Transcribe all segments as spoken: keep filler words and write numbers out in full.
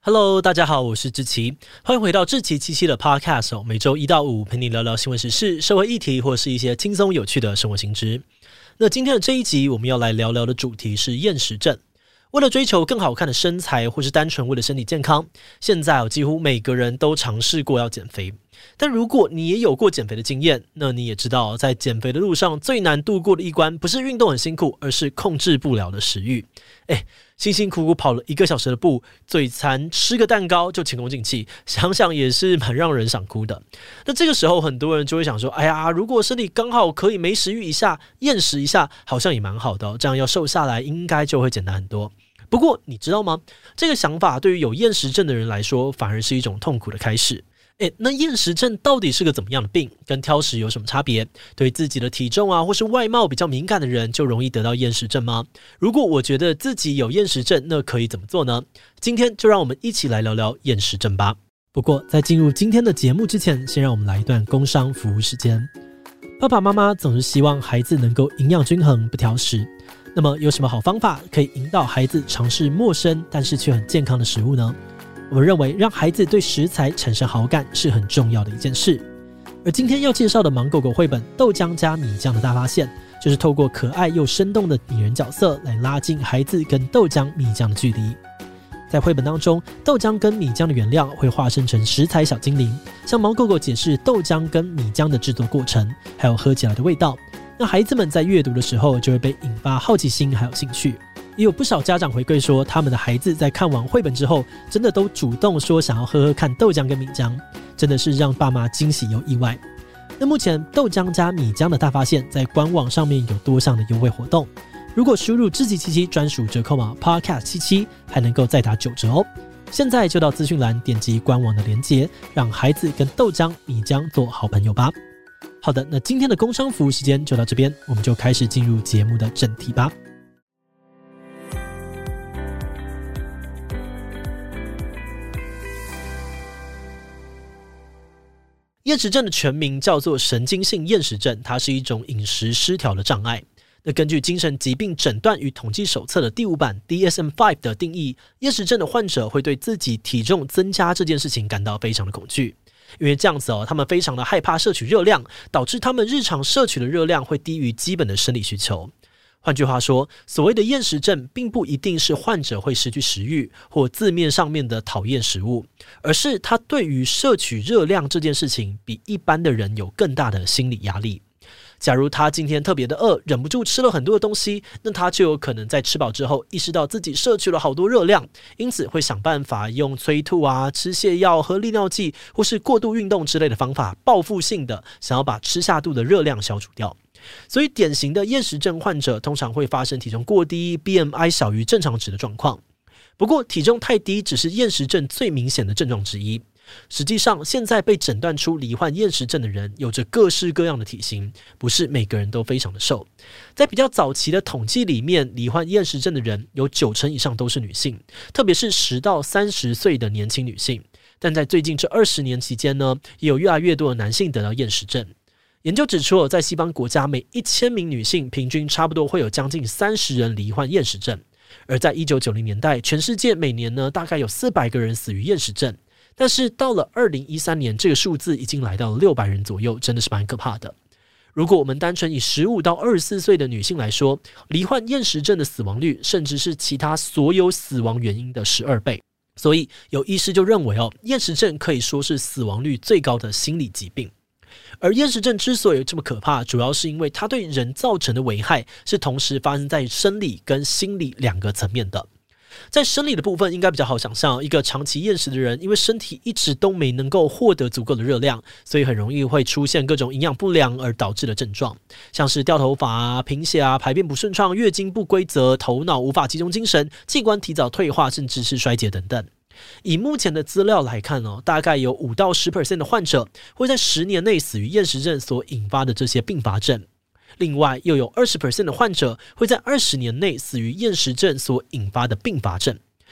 Hello， 大家好，我是志祺，欢迎回到志祺七七的 Podcast， 每周一到五陪你聊聊新闻时事、社会议题，或是一些轻松有趣的生活新知。那今天的这一集，我们要来聊聊的主题是厌食症。为了追求更好看的身材，或是单纯为了身体健康，现在几乎每个人都尝试过要减肥。但如果你也有过减肥的经验，那你也知道，在减肥的路上最难度过的一关，不是运动很辛苦，而是控制不了的食欲。诶，辛辛苦苦跑了一个小时的步，嘴馋吃个蛋糕就前功尽弃，想想也是蛮让人想哭的。那这个时候很多人就会想说，哎呀，如果身体刚好可以没食欲一下，厌食一下，好像也蛮好的，这样要瘦下来应该就会简单很多。不过你知道吗？这个想法对于有厌食症的人来说，反而是一种痛苦的开始。诶，那厌食症到底是个怎么样的病？跟挑食有什么差别？对自己的体重啊，或是外貌比较敏感的人，就容易得到厌食症吗？如果我觉得自己有厌食症，那可以怎么做呢？今天就让我们一起来聊聊厌食症吧。不过在进入今天的节目之前，先让我们来一段工商服务时间。爸爸妈妈总是希望孩子能够营养均衡，不挑食。那么有什么好方法可以引导孩子尝试陌生但是却很健康的食物呢？我们认为让孩子对食材产生好感是很重要的一件事。而今天要介绍的芒狗狗绘本《豆浆加米浆的大发现》，就是透过可爱又生动的拟人角色来拉近孩子跟豆浆、米浆的距离。在绘本当中，豆浆跟米浆的原料会化身成食材小精灵，向芒狗狗解释豆浆跟米浆的制作过程，还有喝起来的味道。那孩子们在阅读的时候就会被引发好奇心还有兴趣。也有不少家长回馈说，他们的孩子在看完绘本之后，真的都主动说想要喝喝看豆浆跟米浆，真的是让爸妈惊喜又意外。那目前豆浆加米浆的大发现在官网上面有多项的优惠活动，如果输入志祺七七专属折扣码 Podcast 七七，还能够再打九折哦。现在就到资讯栏点击官网的连结，让孩子跟豆浆、米浆做好朋友吧。好的，那今天的工商服务时间就到这边，我们就开始进入节目的正题吧。厌食症的全名叫做神经性厌食症，它是一种饮食失调的障碍。那根据精神疾病诊断与统计手册的第五版 D S M 五 的定义，厌食症的患者会对自己体重增加这件事情感到非常的恐惧，因为这样子哦，他们非常的害怕摄取热量，导致他们日常摄取的热量会低于基本的生理需求。换句话说，所谓的厌食症并不一定是患者会失去食欲或字面上面的讨厌食物，而是他对于摄取热量这件事情比一般的人有更大的心理压力。假如他今天特别的饿，忍不住吃了很多的东西，那他就有可能在吃饱之后意识到自己摄取了好多热量，因此会想办法用催吐啊、吃泻药、喝利尿剂或是过度运动之类的方法，报复性的想要把吃下肚的热量消除掉。所以典型的厌食症患者通常会发生体重过低、B M I 小于正常值的状况。不过体重太低只是厌食症最明显的症状之一。实际上现在被诊断出罹患厌食症的人有着各式各样的体型，不是每个人都非常的瘦。在比较早期的统计里面，罹患厌食症的人有九成以上都是女性，特别是十到三十岁的年轻女性。但在最近这二十年期间呢，也有越来越多的男性得到厌食症。研究指出，在西方国家每一千名女性平均差不多会有将近三十人罹患厌食症，而在一九九零年代，全世界每年呢大概有四百个人死于厌食症，但是到了二零一三年，这个数字已经来到了六百人左右，真的是蛮可怕的。如果我们单纯以十五到二十四岁的女性来说，罹患厌食症的死亡率甚至是其他所有死亡原因的十二倍。所以有医师就认为哦，厌食症可以说是死亡率最高的心理疾病。而厌食症之所以这么可怕，主要是因为它对人造成的危害是同时发生在生理跟心理两个层面的。在生理的部分应该比较好想象，一个长期厌食的人，因为身体一直都没能够获得足够的热量，所以很容易会出现各种营养不良而导致的症状，像是掉头发啊、贫血啊、排便不顺畅、月经不规则、头脑无法集中精神、器官提早退化，甚至是衰竭等等。以目前的资料来看哦，大概有百分之五到十 的患者会在十年内死于厌食症所引发的这些并发症。另外又有 百分之二十 的患者会在二十年内死于厌食症所引发的并发症。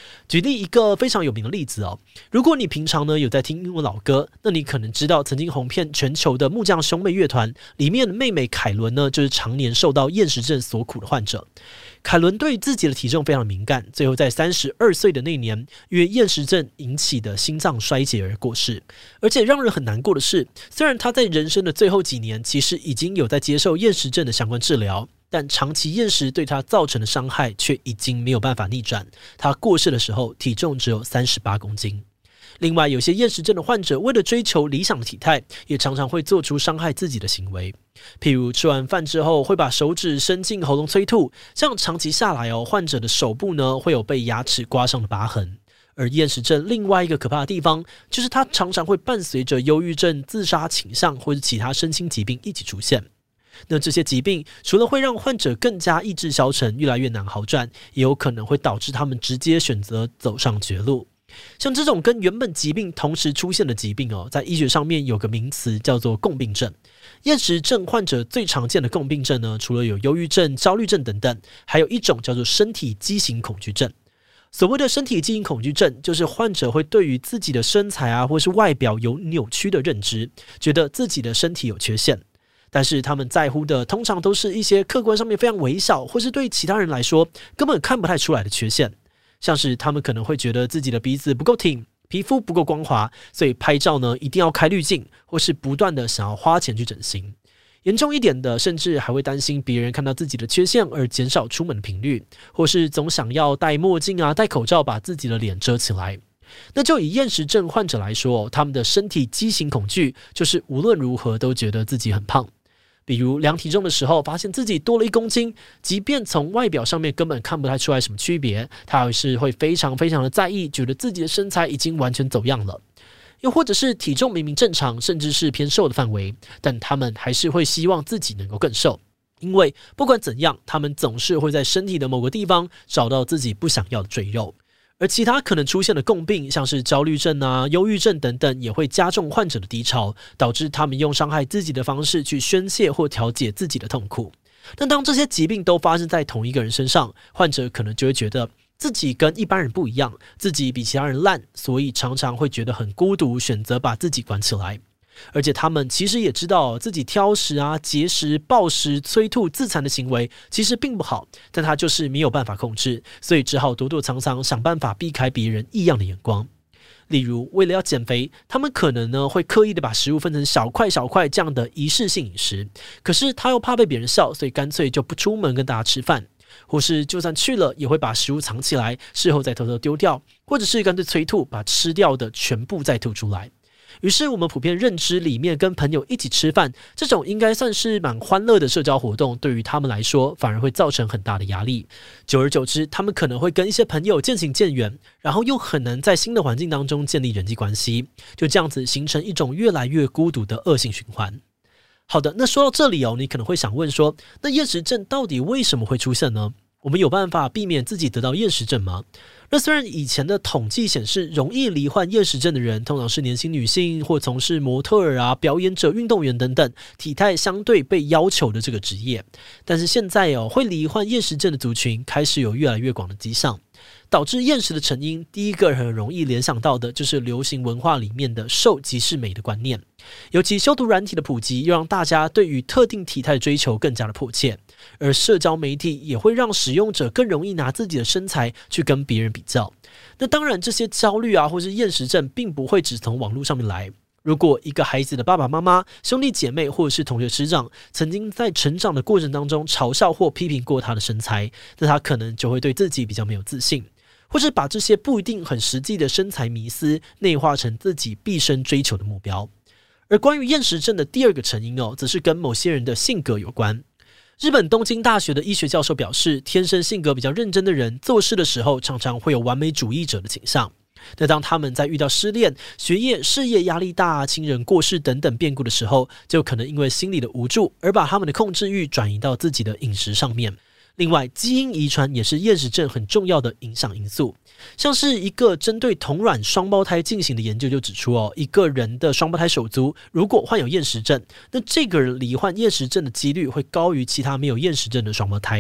举例一个非常有名的例子哦，如果你平常呢有在听英文老歌，那你可能知道曾经红遍全球的木匠兄妹乐团里面的妹妹凯伦呢，就是常年受到厌食症所苦的患者。凯伦对自己的体重非常敏感，最后在三十二岁的那年，因为厌食症引起的心脏衰竭而过世。而且让人很难过的是，虽然他在人生的最后几年其实已经有在接受厌食症的相关治疗，但长期厌食对他造成的伤害却已经没有办法逆转。他过世的时候，体重只有三十八公斤。另外，有些厌食症的患者为了追求理想的体态，也常常会做出伤害自己的行为。譬如吃完饭之后会把手指伸进喉咙催吐，这样长期下来哦，患者的手部呢会有被牙齿刮伤的疤痕。而厌食症另外一个可怕的地方，就是它常常会伴随着忧郁症、自杀倾向或者其他身心疾病一起出现。那这些疾病除了会让患者更加意志消沉，越来越难好转，也有可能会导致他们直接选择走上绝路。像这种跟原本疾病同时出现的疾病哦，在医学上面有个名词叫做共病症。厌食症患者最常见的共病症呢，除了有忧郁症、焦虑症等等，还有一种叫做身体畸形恐惧症。所谓的身体畸形恐惧症，就是患者会对于自己的身材啊，或是外表有扭曲的认知，觉得自己的身体有缺陷。但是他们在乎的通常都是一些客观上面非常微小，或是对其他人来说根本看不太出来的缺陷。像是他们可能会觉得自己的鼻子不够挺，皮肤不够光滑，所以拍照呢一定要开滤镜，或是不断的想要花钱去整形。严重一点的，甚至还会担心别人看到自己的缺陷而减少出门的频率，或是总想要戴墨镜啊、戴口罩把自己的脸遮起来。那就以厌食症患者来说，他们的身体畸形恐惧就是无论如何都觉得自己很胖。比如量体重的时候，发现自己多了一公斤，即便从外表上面根本看不太出来什么区别，他还是会非常非常的在意，觉得自己的身材已经完全走样了。又或者是体重明明正常，甚至是偏瘦的范围，但他们还是会希望自己能够更瘦，因为不管怎样，他们总是会在身体的某个地方找到自己不想要的赘肉。而其他可能出现的共病，像是焦虑症啊、忧郁症等等，也会加重患者的低潮，导致他们用伤害自己的方式去宣泄或调节自己的痛苦。但当这些疾病都发生在同一个人身上，患者可能就会觉得自己跟一般人不一样，自己比其他人烂，所以常常会觉得很孤独，选择把自己关起来。而且他们其实也知道自己挑食啊、节食、暴食、催吐、自残的行为其实并不好，但他就是没有办法控制，所以只好躲躲藏藏，想办法避开别人异样的眼光。例如为了要减肥，他们可能呢会刻意的把食物分成小块小块这样的仪式性饮食，可是他又怕被别人笑，所以干脆就不出门跟大家吃饭，或是就算去了也会把食物藏起来，事后再偷偷丢掉，或者是干脆催吐，把吃掉的全部再吐出来。于是我们普遍认知里面跟朋友一起吃饭，这种应该算是蛮欢乐的社交活动，对于他们来说反而会造成很大的压力。久而久之，他们可能会跟一些朋友渐行渐远，然后又很难在新的环境当中建立人际关系，就这样子形成一种越来越孤独的恶性循环。好的，那说到这里哦，你可能会想问说，那厌食症到底为什么会出现呢？我们有办法避免自己得到厌食症吗？那虽然以前的统计显示，容易罹患厌食症的人通常是年轻女性或从事模特儿啊、表演者、运动员等等体态相对被要求的这个职业，但是现在哦，会罹患厌食症的族群开始有越来越广的迹象。导致厌食的成因，第一个很容易联想到的就是流行文化里面的瘦即是美的观念，尤其修图软体的普及，又让大家对于特定体态的追求更加的迫切，而社交媒体也会让使用者更容易拿自己的身材去跟别人比较。那当然，这些焦虑啊，或是厌食症，并不会只从网络上面来。如果一个孩子的爸爸妈妈、兄弟姐妹或者是同学师长曾经在成长的过程当中嘲笑或批评过他的身材，那他可能就会对自己比较没有自信，或是把这些不一定很实际的身材迷思内化成自己毕生追求的目标。而关于厌食症的第二个成因哦，则是跟某些人的性格有关。日本东京大学的医学教授表示，天生性格比较认真的人，做事的时候常常会有完美主义者的倾向。那当他们在遇到失恋、学业、事业压力大、亲人过世等等变故的时候，就可能因为心理的无助而把他们的控制欲转移到自己的饮食上面。另外，基因遗传也是厌食症很重要的影响因素。像是一个针对同卵双胞胎进行的研究就指出哦，一个人的双胞胎手足如果患有厌食症，那这个人罹患厌食症的几率会高于其他没有厌食症的双胞胎。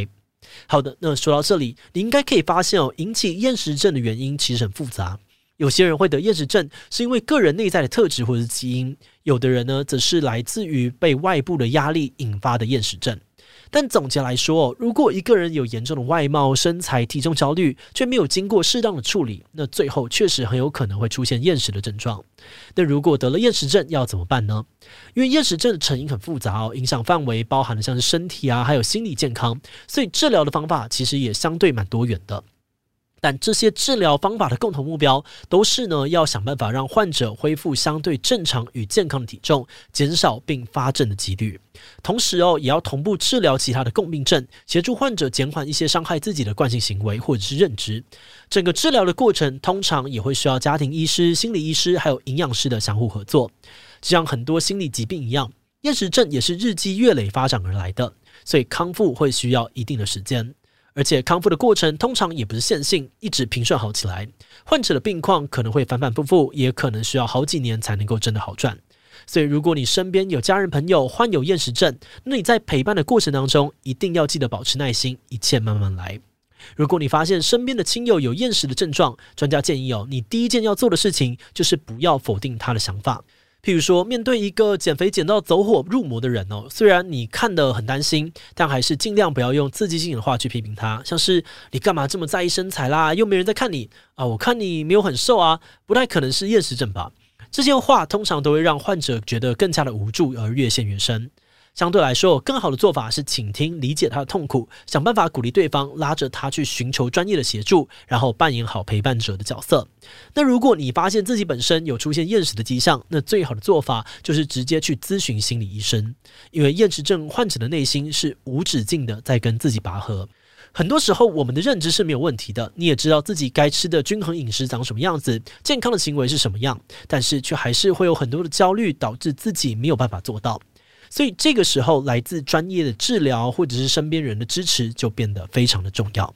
好的，那说到这里，你应该可以发现哦，引起厌食症的原因其实很复杂。有些人会得厌食症是因为个人内在的特质或者是基因，有的人呢则是来自于被外部的压力引发的厌食症。但总结来说，如果一个人有严重的外貌、身材、体重焦虑，却没有经过适当的处理，那最后确实很有可能会出现厌食的症状。那如果得了厌食症要怎么办呢？因为厌食症的成因很复杂哦，影响范围包含了像是身体啊，还有心理健康，所以治疗的方法其实也相对蛮多元的。但这些治疗方法的共同目标都是呢，要想办法让患者恢复相对正常与健康的体重，减少并发症的几率。同时哦，也要同步治疗其他的共病症，协助患者减缓一些伤害自己的惯性行为或者是认知。整个治疗的过程通常也会需要家庭医师、心理医师还有营养师的相互合作。就像很多心理疾病一样，厌食症也是日积月累发展而来的，所以康复会需要一定的时间。而且康复的过程通常也不是线性，一直平顺好起来。患者的病况可能会反反复复，也可能需要好几年才能够真的好转。所以如果你身边有家人朋友患有厌食症，那你在陪伴的过程当中一定要记得保持耐心，一切慢慢来。如果你发现身边的亲友有厌食的症状，专家建议哦，你第一件要做的事情就是不要否定他的想法。譬如说，面对一个减肥减到走火入魔的人哦，虽然你看得很担心，但还是尽量不要用刺激性的话去批评他，像是你干嘛这么在意身材啦，又没人在看你啊，我看你没有很瘦啊，不太可能是厌食症吧。这些话通常都会让患者觉得更加的无助，而越陷越深。相对来说，更好的做法是倾听、理解他的痛苦，想办法鼓励对方，拉着他去寻求专业的协助，然后扮演好陪伴者的角色。那如果你发现自己本身有出现厌食的迹象，那最好的做法就是直接去咨询心理医生，因为厌食症患者的内心是无止境的在跟自己拔河。很多时候我们的认知是没有问题的，你也知道自己该吃的均衡饮食长什么样子，健康的行为是什么样，但是却还是会有很多的焦虑，导致自己没有办法做到。所以这个时候，来自专业的治疗或者是身边人的支持就变得非常的重要。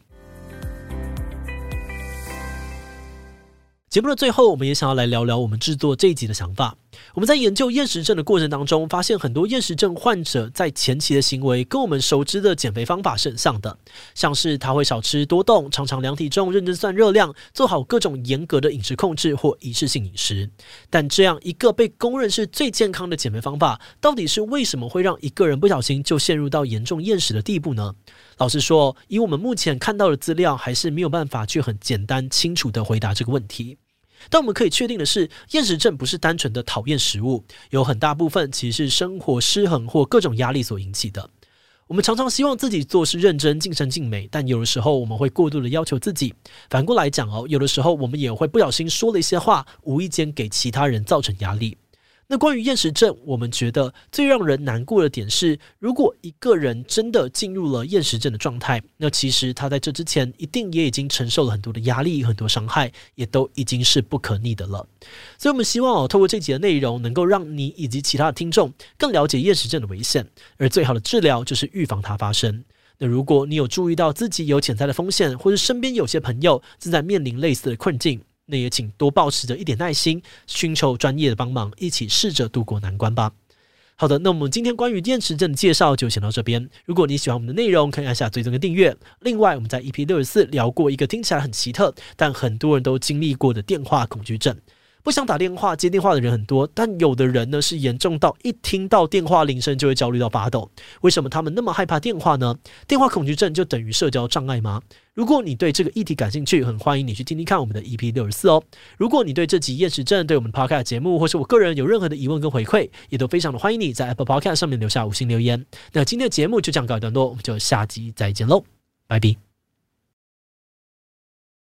节目的最后，我们也想要来聊聊我们制作这一集的想法。我们在研究厌食症的过程当中，发现很多厌食症患者在前期的行为跟我们熟知的减肥方法是很像的，像是他会少吃多动，常常量体重，认真算热量，做好各种严格的饮食控制或一次性饮食。但这样一个被公认是最健康的减肥方法，到底是为什么会让一个人不小心就陷入到严重厌食的地步呢？老实说，以我们目前看到的资料，还是没有办法去很简单清楚的回答这个问题。但我们可以确定的是，厌食症不是单纯的讨厌食物，有很大部分其实是生活失衡或各种压力所引起的。我们常常希望自己做事认真、尽善尽美，但有的时候我们会过度的要求自己。反过来讲哦，有的时候我们也会不小心说了一些话，无意间给其他人造成压力。那关于厌食症，我们觉得最让人难过的点是，如果一个人真的进入了厌食症的状态，那其实他在这之前一定也已经承受了很多的压力、很多伤害，也都已经是不可逆的了。所以我们希望哦，透过这集的内容，能够让你以及其他的听众更了解厌食症的危险，而最好的治疗就是预防它发生。那如果你有注意到自己有潜在的风险，或是身边有些朋友正在面临类似的困境，那也请多保持着一点耐心，寻求专业的帮忙，一起试着度过难关吧。好的，那我们今天关于厌食症的介绍就先到这边。如果你喜欢我们的内容，可以按下追踪跟订阅。另外，我们在 E P 六十四 聊过一个听起来很奇特，但很多人都经历过的电话恐惧症。不想打电话接电话的人很多，但有的人呢是严重到一听到电话铃声就会焦虑到发抖。为什么他们那么害怕电话呢？电话恐惧症就等于社交障碍吗？如果你对这个议题感兴趣，很欢迎你去听听看我们的 E P 六十四 哦。如果你对这集厌食症、对我们的 Podcast 节目或是我个人有任何的疑问跟回馈，也都非常的欢迎你在 Apple Podcast 上面留下五星留言。那今天的节目就这样告一段落，我们就下集再见喽，拜拜。